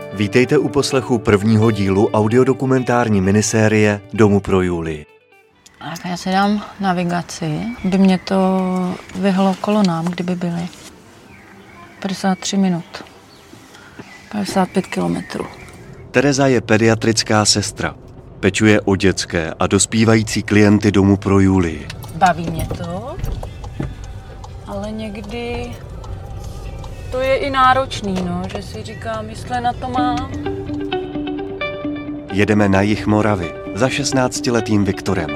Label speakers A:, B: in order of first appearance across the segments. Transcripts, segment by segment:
A: Vítejte u poslechu prvního dílu audiodokumentární minisérie Domu pro Julii.
B: Tak já si dám navigaci, by mě to vyhlo kolonám, kdyby byly. 53 minut. 55 kilometrů.
A: Tereza je pediatrická sestra. Pečuje o dětské a dospívající klienty Domu pro Julii.
B: Baví mě to, ale někdy to je i náročný, že si říkám, jestli na to mám.
A: Jedeme na jih Moravy za 16letým Viktorem.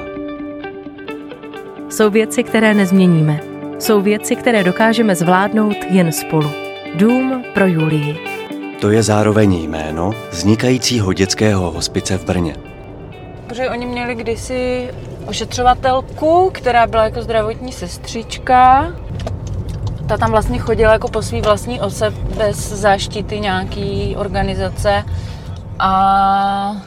C: Jsou věci, které nezměníme. Jsou věci, které dokážeme zvládnout jen spolu. Dům pro Julii.
A: To je zároveň jméno vznikajícího dětského hospice v Brně.
B: Protože oni měli kdysi ošetřovatelku, která byla jako zdravotní sestřička. Ta tam vlastně chodila jako po svý vlastní ose bez záštity nějaký organizace a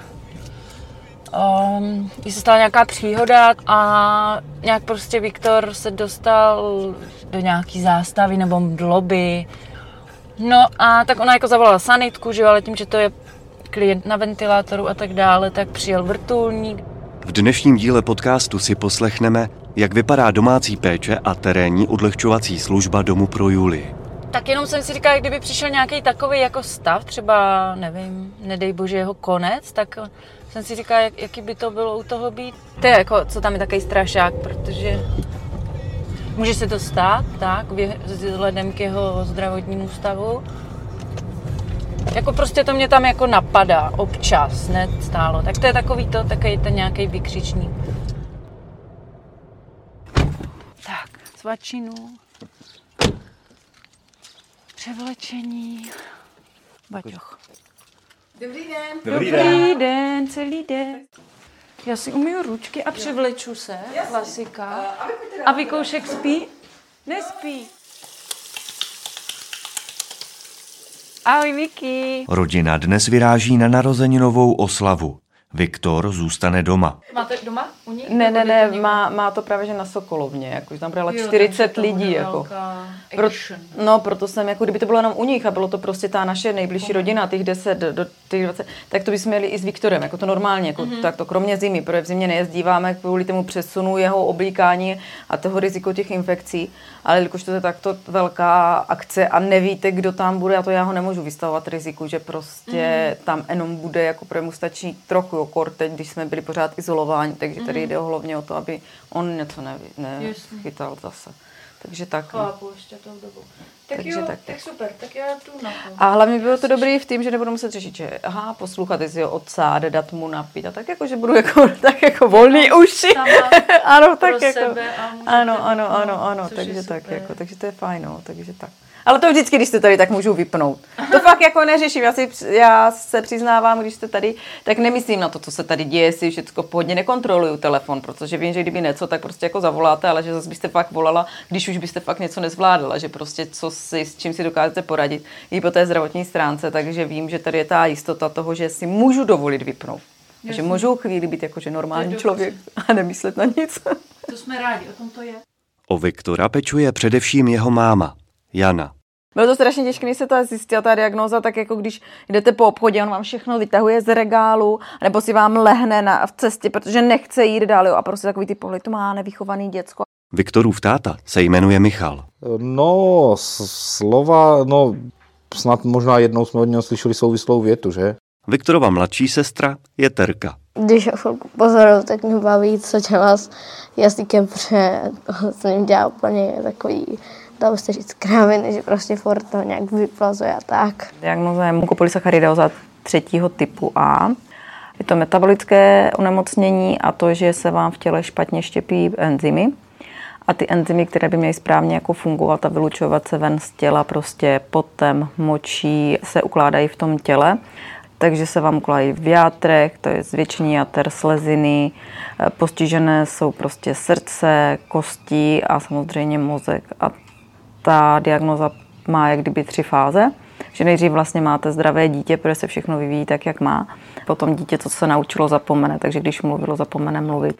B: když se stala nějaká příhoda a nějak prostě Viktor se dostal do nějaký zástavy nebo do lobby. No a tak ona jako zavolala sanitku, že jo, ale tím, že to je klient na ventilátoru a tak dále, tak přijel vrtulník.
A: V dnešním díle podcastu si poslechneme, jak vypadá domácí péče a terénní odlehčovací služba Domu pro Julii.
B: Tak jenom jsem si říkala, kdyby přišel nějaký takový jako stav, třeba, nevím, nedej bože jeho konec, tak jsem si říkala, jaký by to bylo u toho být. To je jako, co tam je takový strašák, protože může se to stát, tak, vzhledem k jeho zdravotnímu stavu. Jako prostě to mě tam jako napadá občas, ne stálo. Tak to je takový ten nějaký vykřičník. Tak, svačinu, převlečení, baťoch.
D: Dobrý den.
B: Dobrý den, celý den. Já si umyju ručky a převleču se, klasika. A Vikoušek spí? Nespí. Ahoj, Vicky.
A: Rodina dnes vyráží na narozeninovou oslavu. Viktor zůstane doma.
B: Máte doma u nich?
D: Ne, má to právě že na Sokolovně, jakože tam bylo 40 lidí. Jako. Proto jsem, jako kdyby to bylo jenom u nich a bylo to prostě ta naše nejbližší rodina, těch 10 do těch 20, tak to bychom měli i s Viktorem, jako to normálně, jako tak to kromě zimy, protože v zimě nejezdíváme kvůli tomu přesunu jeho oblíkání a toho riziko těch infekcí, ale jelikož to je takto velká akce a nevíte, kdo tam bude, a to já ho nemůžu vystavovat riziku, že prostě tam jenom bude, jako pro mu stačí trochu teď, když jsme byli pořád izolováni, takže tady jde hlavně o to, aby on něco nechytal zase. Takže tak.
B: Chápu ještě tou dobu. Tak super, tak já tu na to.
D: A hlavně bylo to dobrý v tím, že nebudu muset řešit, že poslouchat si ho odsát, dát mu napít a tak jako, že budu tak jako volný uši. Ano, tak jako. Ano, takže tak jako, takže to je fajn, takže tak. Ale to vždycky, když jste tady, tak můžu vypnout. To fakt jako neřeším. Já se přiznávám, když jste tady, tak nemyslím na to, co se tady děje, si všechno pohodně nekontroluju telefon, protože vím, že kdyby něco, tak prostě jako zavoláte, ale že zase byste fakt volala, když už byste fakt něco nezvládala, že prostě s čím si dokážete poradit i po té zdravotní stránce, takže vím, že tady je ta jistota toho, že si můžu dovolit vypnout. Že můžu chvíli být jakože normální člověk a nemyslet na nic.
B: To jsme rádi, o tom to je.
A: O Viktora pečuje především jeho máma, Jana.
D: Bylo to strašně těžké, když se to zjistila ta diagnóza, tak jako když jdete po obchodě, on vám všechno vytahuje z regálu, nebo si vám lehne v cestě, protože nechce jít dál, a prostě takový ty pohled, to má nevychovaný děcko.
A: Viktorův táta se jmenuje Michal.
E: Snad možná jednou jsme od něho slyšeli souvislou větu, že?
A: Viktorova mladší sestra je Terka.
F: Když ho chvilku pozoruju, tak mě baví, co dělá s jazykem, protože s ním dělá úplně takový, dalo se říct, kráviny, že prostě furt to nějak vyplazuje a tak.
D: Diagnóza je mukopolysacharidóza 3. typu A. Je to metabolické onemocnění a to, že se vám v těle špatně štěpí enzymy. A ty enzymy, které by měly správně jako fungovat a vylučovat se ven z těla, prostě potem, močí, se ukládají v tom těle. Takže se vám ukládají v játrech, to je zvětšení játer, sleziny, postižené jsou prostě srdce, kosti a samozřejmě mozek. A ta diagnóza má jak kdyby 3 fáze, že nejdřív vlastně máte zdravé dítě, protože se všechno vyvíjí tak, jak má. Potom dítě, co se naučilo, zapomene, takže když mluvilo, zapomene mluvit.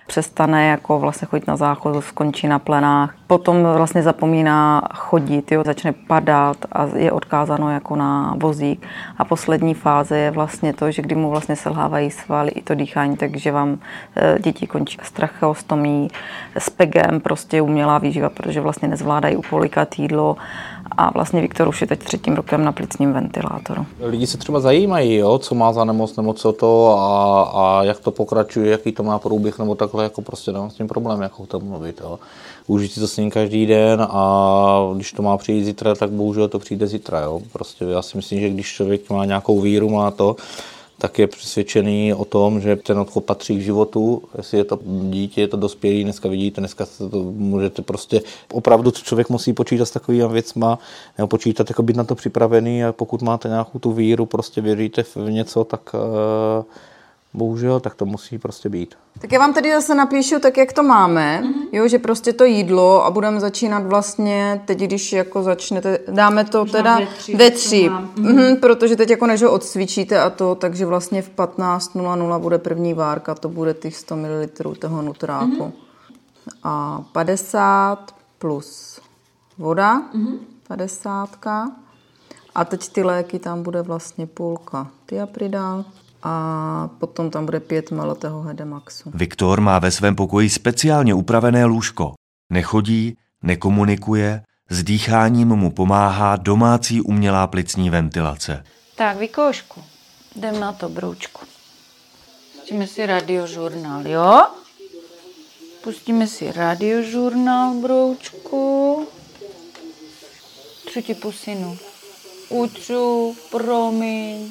D: přestane jako vlastně chodit na záchod, skončí na plenách. Potom vlastně zapomíná chodit, jo, začne padat a je odkázáno jako na vozík. A poslední fáze je vlastně to, že kdy mu vlastně selhávají svaly i to dýchání, takže vám děti končí s tracheostomí, s PEGem, prostě umělá výživa, protože vlastně nezvládají upolikat jídlo. A vlastně Viktor už je teď 3. rokem na plicním ventilátoru.
E: Lidi se třeba zajímají, jo, co má za nemoc, nebo co to a jak to pokračuje, jaký to má průběh, nebo takhle, jako prostě nemám s tím problém, jako to mluvit. Jo. Užít si to s ním každý den a když to má přijít zítra, tak bohužel to přijde zítra. Jo. Prostě já si myslím, že když člověk má nějakou víru, má to, tak je přesvědčený o tom, že ten odchod patří k životu. Jestli je to dítě, je to dospělý, dneska vidíte, dneska to můžete prostě, opravdu člověk musí počítat s takovými věcma, nebo počítat, jako být na to připravený a pokud máte nějakou tu víru, prostě věříte v něco, tak bohužel, tak to musí prostě být.
D: Tak já vám tady zase napíšu tak, jak to máme, jo, že prostě to jídlo a budeme začínat vlastně, teď když jako začnete, dáme to teda ve 3, protože teď jako než ho odcvičíte a to, takže vlastně v 15:00 bude první várka, to bude těch 100 ml toho nutráku. A 50 plus voda, 50. A teď ty léky, tam bude vlastně půlka Thiapridal. A potom tam bude 5 ml Hedemaxu.
A: Viktor má ve svém pokoji speciálně upravené lůžko. Nechodí, nekomunikuje, s dýcháním mu pomáhá domácí umělá plicní ventilace.
B: Tak, Vikoušku, jdem na to, broučku. Pustíme si radiožurnál, jo? Pustíme si radiožurnál, broučku. Třu ti pusinu. Utřu, promiň.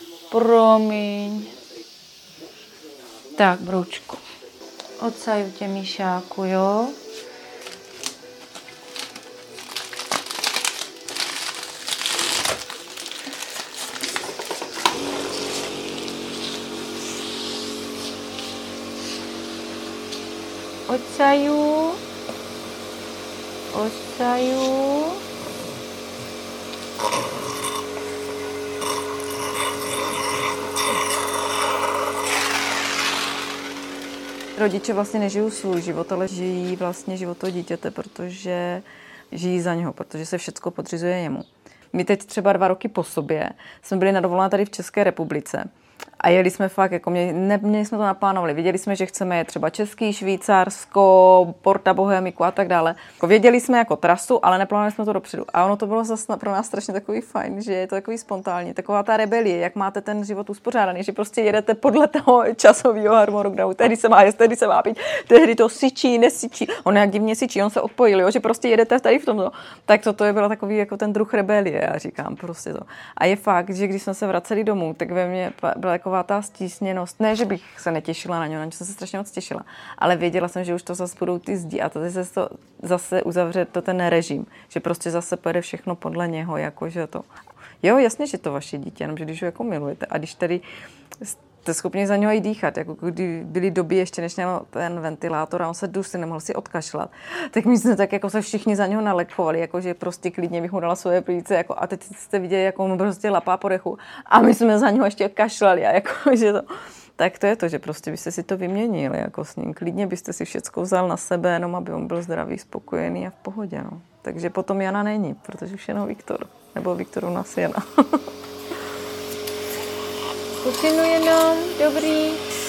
B: Tak, broučku. Odsaju tě, Míšáku, jo? Odsaju.
D: Rodiče vlastně nežijou svůj život, ale žijí vlastně život toho dítěte, protože žijí za něho, protože se všecko podřizuje jemu. My teď třeba 2 roky po sobě jsme byli na dovolené tady v České republice a jeli jsme fakt, jako měli jsme to naplánovali, věděli jsme, že chceme jet třeba Český, Švýcarsko, Porta Bohemiku a tak dále. Jako věděli jsme jako trasu, ale neplánovali jsme to dopředu. A ono to bylo zase pro nás strašně takový fajn, že je to takový spontánní, taková ta rebelie, jak máte ten život uspořádaný, že prostě jedete podle toho časového harmonogramu. Tehdy se má jíst, tehdy se má pít, tehdy to syčí, nesyčí. On jak divně syčí, on se odpojil, jo, že prostě jedete tady v tomto. Tak to je bylo takový jako ten druh rebelie, já říkám prostě to. A je fakt, že když jsme se vraceli domů, tak ve mně byla taková ta stísněnost. Ne, že bych se netěšila na něj jsem se strašně moc těšila, ale věděla jsem, že už to zase budou ty zdi a tady se to zase uzavře to ten režim, že prostě zase pojede všechno podle něho, jakože to. Jo, jasně, že to vaše dítě, jenomže když ho jako milujete a když tady jste schopni za něho i dýchat, jako kdy byly doby ještě, než měl ten ventilátor a on se dusil, nemohl si odkašlat, tak my jsme tak jako se všichni za něho nalekovali, jakože prostě klidně bych mu dala svoje plíce, jako, a teď jste viděli, jako on prostě lapá po dechu a my jsme za něho ještě kašlali a jako, že to. Tak to je to, že prostě byste si to vyměnili jako s ním. Klidně byste si všecko vzal na sebe, jenom aby on byl zdravý, spokojený a v pohodě. No. Takže potom Jana není, protože už jenom Viktor. Nebo Viktor u nás Jana.
B: Pusinu jenom, dobrý.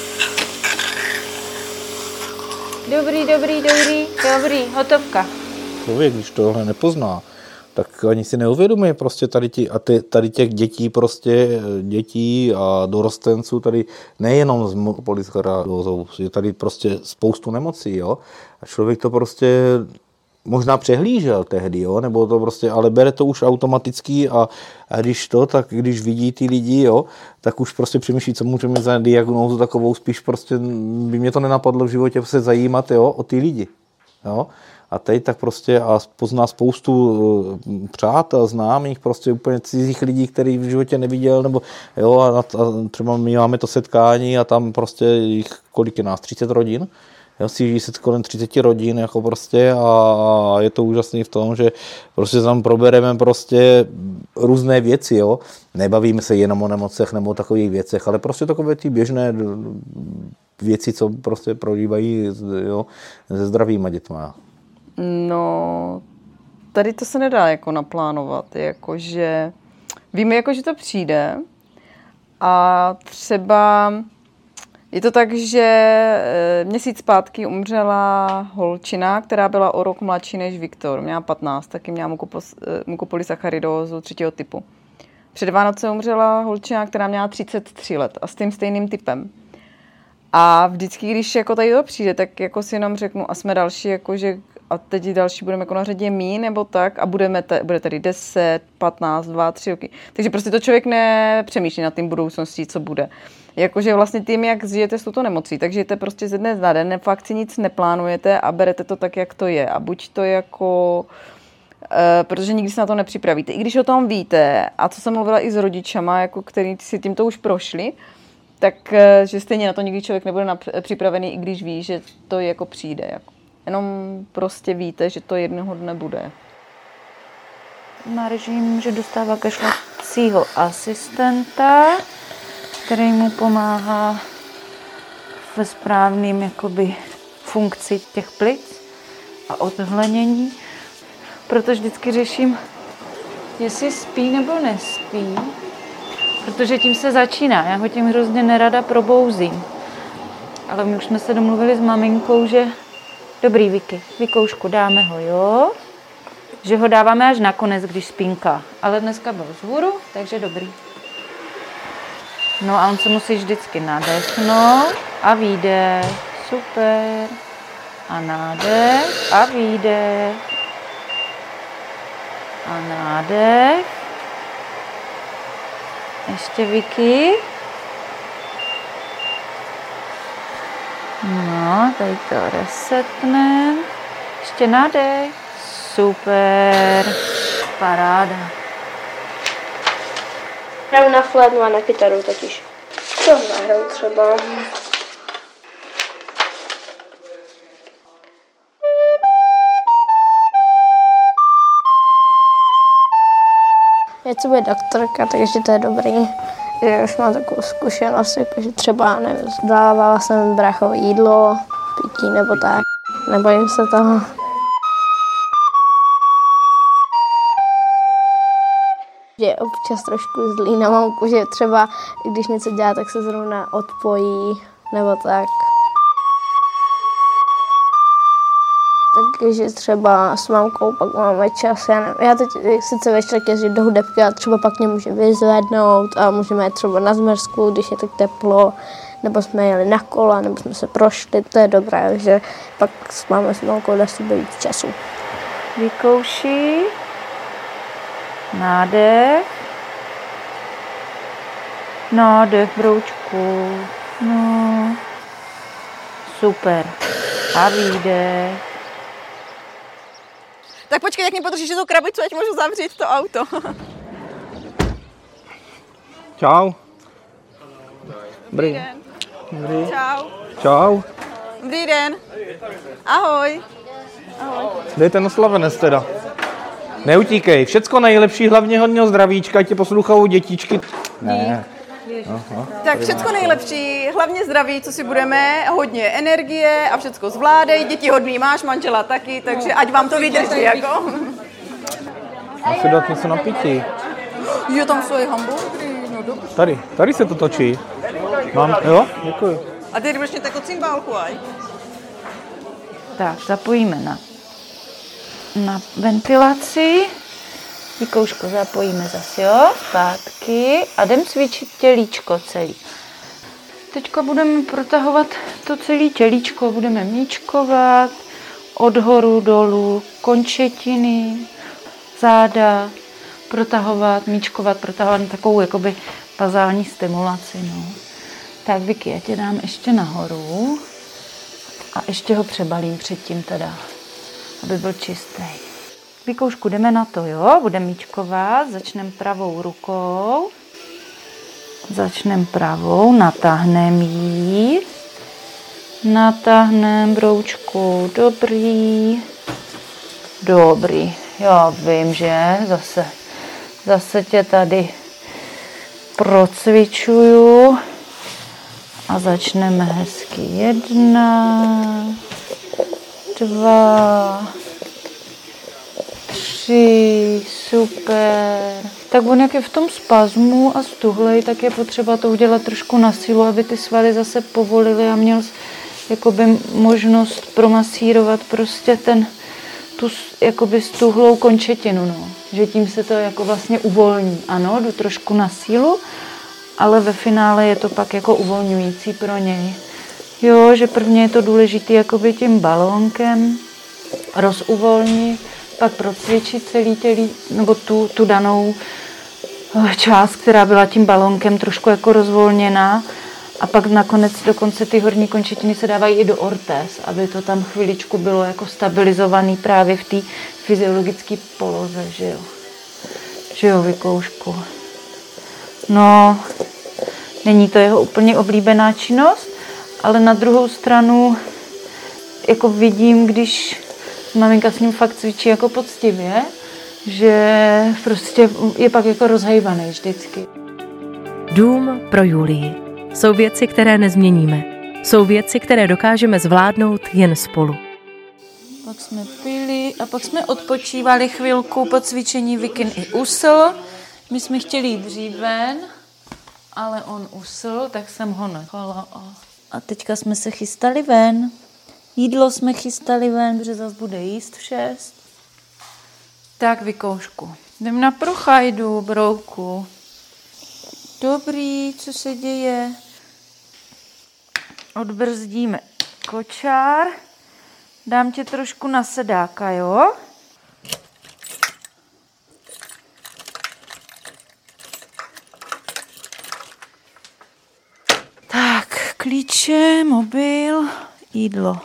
B: Dobrý, hotovka.
E: Člověk, když tohle nepozná, tak ani si neuvědomuje prostě tady těch dětí, prostě dětí a dorostenců tady nejenom s polysklerózou, je tady prostě spoustu nemocí, jo. A člověk to prostě možná přehlížel tehdy, jo, nebo to prostě, ale bere to už automaticky a tak když vidí ty lidi, jo, tak už prostě přemýšlí, co můžeme za diagnózu takovou, spíš prostě by mě to nenapadlo v životě se zajímat, jo, o ty lidi, jo. A teď tak prostě a pozná spoustu přátel, známých, prostě úplně cizích lidí, který v životě neviděl, nebo jo, a třeba my máme to setkání a tam prostě jich, kolik je nás, 30 rodin, jo, si žijí se kolem 30 rodin, jako prostě a je to úžasný v tom, že prostě tam probereme prostě různé věci, jo. Nebavíme se jenom o nemocech nebo o takových věcech, ale prostě takové ty běžné věci, co prostě prožívají se zdravýma dětma.
D: No, tady to se nedá jako naplánovat, jakože víme, jako, že to přijde a třeba je to tak, že měsíc zpátky umřela holčina, která byla o rok mladší než Viktor. Měla 15, taky měla mukopolysacharidózu 3. typu. Před Vánoce umřela holčina, která měla 33 let a s tím stejným typem. A vždycky, když jako tady to přijde, tak jako si jenom řeknu, a jsme další, jakože a teď další budeme jako na řadě mí, nebo tak, a bude tady 10, 15, 2, 3 roky. Takže prostě to člověk nepřemýšlí nad tím budoucností, co bude. Jakože vlastně tím, jak žijete s touto nemocí, tak žijete prostě ze dne na den, fakt si nic neplánujete a berete to tak, jak to je. A buď to jako, protože nikdy se na to nepřipravíte. I když o tom víte, a co jsem mluvila i s rodičama, jako který si tímto už prošli, tak že stejně na to nikdy člověk nebude připravený, i když ví, že to jako přijde. Jako. Jenom prostě víte, že to jednoho dne bude.
B: Má režim, že dostává kašlacího asistenta, který mu pomáhá ve správným jakoby funkci těch plic a odhlenění. Proto vždycky řeším, jestli spí nebo nespí, protože tím se začíná. Já ho tím hrozně nerada probouzím. Ale my už jsme se domluvili s maminkou, že dobrý, Vicky, Vikoušku, dáme ho, jo? Že ho dáváme až nakonec, když spínká. Ale dneska byl vzhůru, takže dobrý. No a on se musí vždycky nadechnout a výdech. Super. A nádech a výdech. A nádech. Ještě Vicky. No, tady to resetneme. Ještě nádech. Super. Paráda.
F: Hraju na flétnu a na kytaru totiž. Co nahraju třeba? Je co bude doktorka, takže to je dobrý. Že už mám takovou zkušenost, že třeba nevím, dávala jsem bráchovi jídlo, pití nebo tak. Nebojím se toho. Je občas trošku zlý na mamku, že třeba když něco dělá, tak se zrovna odpojí nebo tak. Takže třeba s mamkou pak máme čas. Já teď sice večer jezdím do hudebky a třeba pak mě může vyzvednout a můžeme jít třeba na zmrzku, když je tak teplo, nebo jsme jeli na kola, nebo jsme se prošli, to je dobré, že pak máme s mamkou na sebe víc času.
B: Vykouší. Nádech. Nádech, broučku. No. Super. A výdech.
D: Tak počkej, jak mě podržíš tu krabičku, ať můžu zavřít to auto.
E: Čau.
D: Dobrý den.
E: Dobrý.
D: Čau.
E: Čau.
D: Dobrý den. Ahoj. Ahoj.
E: Dejte na slavenec teda. Neutíkej, všecko nejlepší, hlavně hodně zdravíčka, ať tě poslouchají dětičky. Ne.
D: Aha. Tak všecko nejlepší, hlavně zdraví, co si budeme, hodně energie a všecko zvládej, děti hodný máš, manžela taky, takže ať vám to vydrží, jako.
E: Musím dát něco na pití.
D: Jo, tam jsou i hamburgery, no dobře.
E: Tady se to točí. Mám, jo, děkuji.
D: A ty budeš mít jako cymbálku, aj?
B: Tak, zapojíme na ventilaci. Vikouško zapojíme zase, jo, zpátky a jdem cvičit tělíčko celý. Teďka budeme protahovat to celé tělíčko, budeme míčkovat od horu dolů, končetiny, záda, protahovat, míčkovat, protahovat takovou jakoby bazální stimulaci, no. Tak Vicky, já tě dám ještě nahoru a ještě ho přebalím předtím teda, aby byl čistý. Vikoušku, jdeme na to, jo? Budeme míčkovat, začneme pravou rukou. Začneme pravou, natáhneme ji. Natáhneme broučku, dobrý. Dobrý, já vím, že? Zase tě tady procvičuju. A začneme hezky. 1, 2, 3, super. Tak on jak je v tom spazmu a stuhlej, tak je potřeba to udělat trošku na sílu, aby ty svaly zase povolily a měl jakoby možnost promasírovat prostě tu jakoby stuhlou končetinu, no. Že tím se to jako vlastně uvolní. Ano, jdu trošku na sílu, ale ve finále je to pak jako uvolňující pro něj. Jo, že prvně je to důležité jakoby tím balónkem rozuvolnit, pak procvičit celý tělí, nebo tu danou část, která byla tím balónkem trošku jako rozvolněná. A pak nakonec dokonce ty horní končetiny se dávají i do ortéz, aby to tam chviličku bylo jako stabilizovaný právě v té fyziologické poloze, že jo. Že jo, Vikoušku. No, není to jeho úplně oblíbená činnost, ale na druhou stranu jako vidím, když maminka s ním fakt cvičí jako poctivě, že prostě je pak jako rozhejbaný vždycky.
C: Dům pro Julii. Jsou věci, které nezměníme. Jsou věci, které dokážeme zvládnout jen spolu.
B: Pak jsme pili a pak jsme odpočívali chvilku po cvičení. Vikin i usl. My jsme chtěli jít dřív ven, ale on usl, tak jsem ho nechala. A teďka jsme se chystali ven. Jídlo jsme chystali ven, protože zase bude jíst v 6. Tak, Vikoušku, jdem na prochajdu, brouku. Dobrý, co se děje? Odbrzdíme kočár. Dám tě trošku na sedáka, jo? Tak, klíče, mobil, jídlo.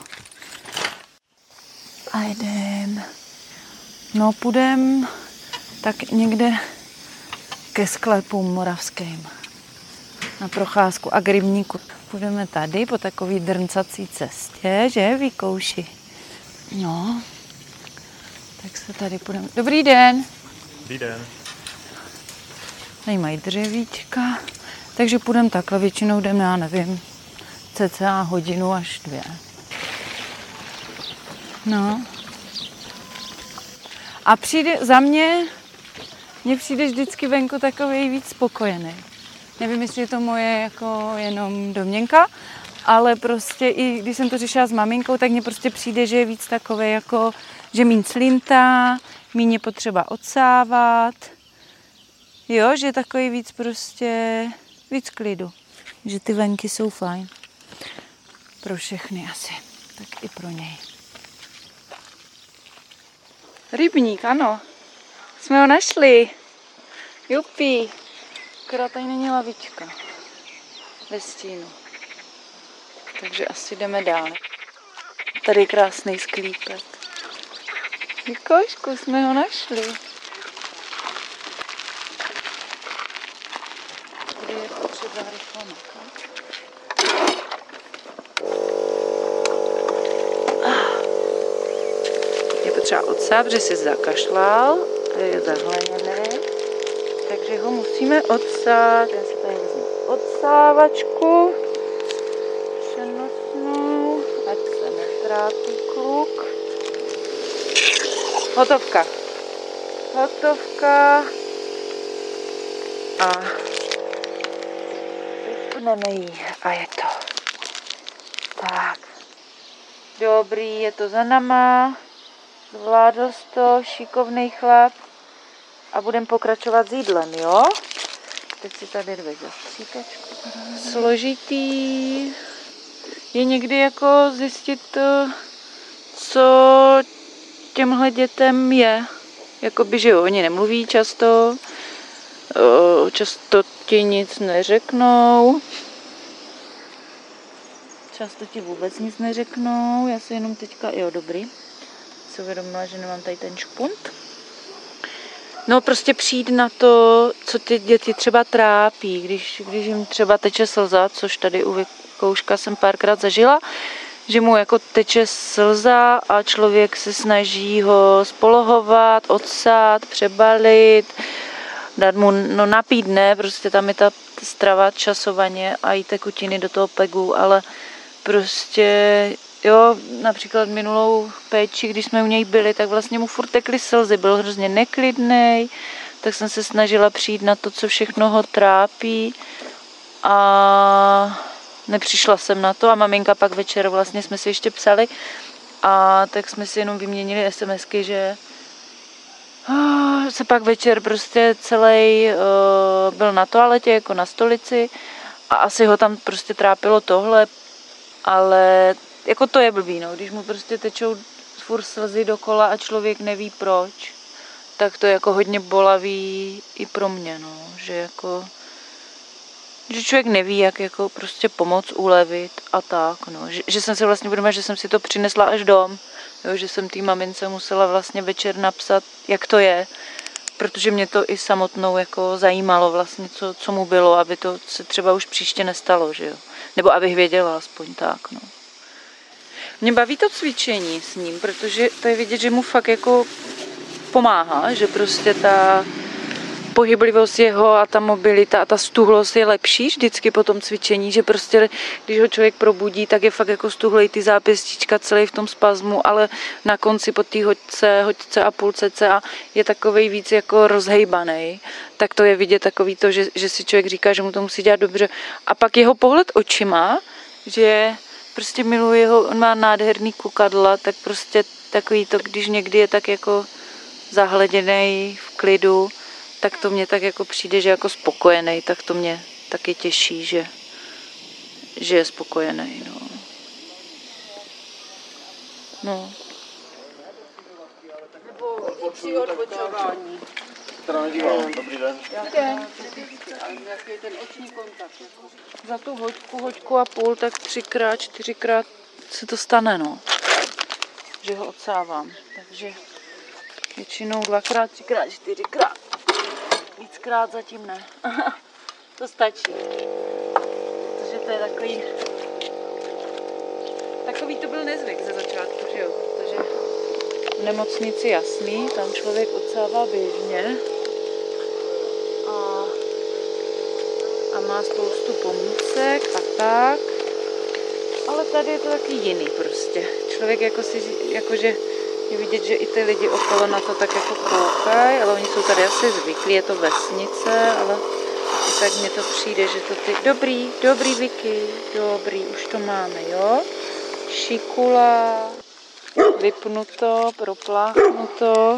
B: A jdem. No, půjdem tak někde ke sklepům moravským. Na procházku a k rybníku. Půjdeme tady po takový drncací cestě, že, Vikouši? No, tak se tady půjdeme. Dobrý den.
G: Dobrý den.
B: Tady mají dřevíčka. Takže půjdeme takhle, většinou jdeme, já nevím, cca hodinu až 2. No. A přijde za mně přijde vždycky venku takový víc spokojený. Nevím, jestli je to moje jako jenom domněnka, ale prostě i když jsem to řešila s maminkou, tak mně prostě přijde, že je víc takový jako, že míň slintá, míň je potřeba odsávat. Jo, že je takový víc prostě, víc klidu. Že ty venky jsou fajn. Pro všechny asi, tak i pro něj. Rybník, ano. Jsme ho našli. Jupi. Akorát tady není lavička ve stínu. Takže asi jdeme dál. Tady je krásný sklípek. Vikoušku, jsme ho našli. Tady je potřeba rychle makat. Je potřeba odsát, protože si zakašlal. Je zahleněný. Takže ho musíme odsát. Já si tady vezmu odsávačku. Přenosnou. Ať se netrápí kluk. Hotovka. Hotovka. A vypneme ji. A je to. Tak. Dobrý, je to za náma. Zvládl jsi to, šikovnej chlap. A budeme pokračovat s jídlem, jo? Teď si tady dvě stříkačku. Složitý je někdy jako zjistit, co těmhle dětem je. Jakoby, že jo, oni nemluví často ti nic neřeknou. Často ti vůbec nic neřeknou, já si jenom teďka, jo, dobrý. Si uvědomila, že nemám tady ten špunt. No prostě přijít na to, co ty děti třeba trápí, když jim třeba teče slza, což tady u Vikouška jsem párkrát zažila, že mu jako teče slza a člověk se snaží ho spolohovat, odsát, přebalit, dát mu napít ne, prostě tam je ta strava časovaně a i tekutiny do toho pegu, ale prostě jo, například minulou péči, když jsme u něj byli, tak vlastně mu furt tekly slzy, byl hrozně neklidnej, tak jsem se snažila přijít na to, co všechno ho trápí a nepřišla jsem na to a maminka pak večer vlastně jsme si ještě psali a tak jsme si jenom vyměnili SMSky, že se pak večer prostě celý byl na toaletě jako na stolici a asi ho tam prostě trápilo tohle, ale jako to je blbý, no, když mu prostě tečou furt slzy dokola a člověk neví proč, tak to je jako hodně bolavý i pro mě, no, že člověk neví, jak jako prostě pomoct, ulevit a tak, no, že jsem si vlastně uvědomila, že jsem si to přinesla až dom, jo, že jsem té mamince musela vlastně večer napsat, jak to je, protože mě to i samotnou jako zajímalo vlastně, co mu bylo, aby to se třeba už příště nestalo, že jo, nebo abych věděla aspoň tak, no. Mě baví to cvičení s ním, protože to je vidět, že mu fakt jako pomáhá, že prostě ta pohyblivost jeho a ta mobilita a ta stuhlost je lepší vždycky po tom cvičení, že prostě když ho člověk probudí, tak je fakt jako stuhlej ty zápěstíčka celý v tom spazmu, ale na konci po té hoďce a půlce a je takovej víc jako rozhejbanej, tak to je vidět takový to, že si člověk říká, že mu to musí dělat dobře. A pak jeho pohled očima, že prostě miluje ho, on má nádherný kukadla, tak prostě takový to, když někdy je tak jako zahleděnej v klidu, tak to mě tak jako přijde, že jako spokojený, tak to mě taky těší, že je spokojený, no. No.
G: Nebo při odbočování. Dobrý den. Jaký je ten oční kontakt?
B: Za tu hoďku a půl, tak 3x, 4x se to stane, no. Že ho odsávám. Takže většinou 2x, 3x, 4x. Víckrát zatím ne. To stačí. Protože to je takový to byl nezvyk ze začátku, že jo. Protože v nemocnici jasný, tam člověk odsává běžně a má spoustu pomůcek a tak. Ale tady je to taky jiný prostě. Člověk jakože je vidět, že i ty lidi okolo na to tak jako koukají, ale oni jsou tady asi zvyklí, je to vesnice, ale tak mně to přijde, že to ty... Dobrý Vicky, dobrý, už to máme, jo? Šikula, vypnuto, propláchnuto,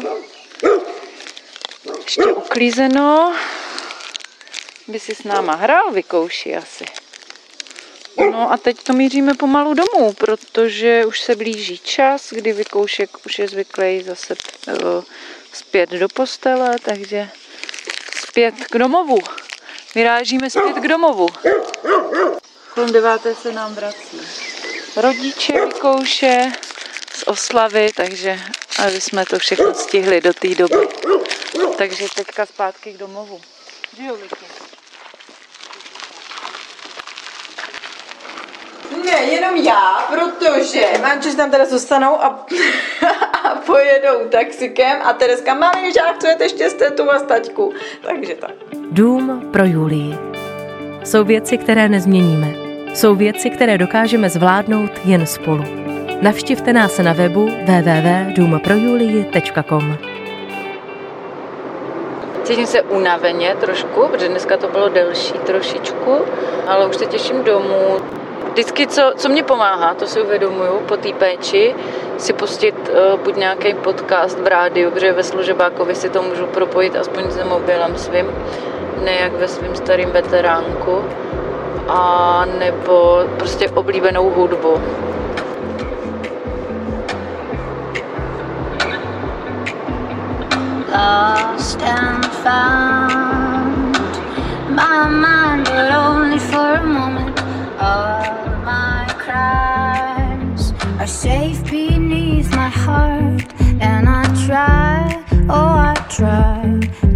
B: ještě uklízeno, by si s náma hrál, Vikouši, asi. No a teď to míříme pomalu domů, protože už se blíží čas, kdy Vikoušek už je zvyklý zase zpět do postele, takže zpět k domovu. Vyrážíme zpět k domovu. Kolem 9. se nám vrací rodiče Vikouše z oslavy, takže aby jsme to všechno stihli do té doby. Takže teďka zpátky k domovu. Že jo, Vicky?
D: Ne, jenom já, protože manželé tam teda zůstanou a pojedou taxikem a Tereska, mami, že chcete štěstětu a staťku. Takže tak.
C: Dům pro Julii. Jsou věci, které nezměníme. Jsou věci, které dokážeme zvládnout jen spolu. Navštivte nás na webu www.doomprojulii.com.
B: Cítím se unaveně trošku, protože dneska to bylo delší trošičku, ale už se těším domů. Vždycky, co mě pomáhá, to si uvědomuju po té péči, si pustit buď nějaký podcast v rádiu, protože ve služebákovi si to můžu propojit aspoň s mobilem svým, ne jak ve svým starým veteránku, a nebo prostě oblíbenou hudbu.
H: Lost and found my mind, but only for a moment. All my cries are safe beneath my heart, and I try, oh I try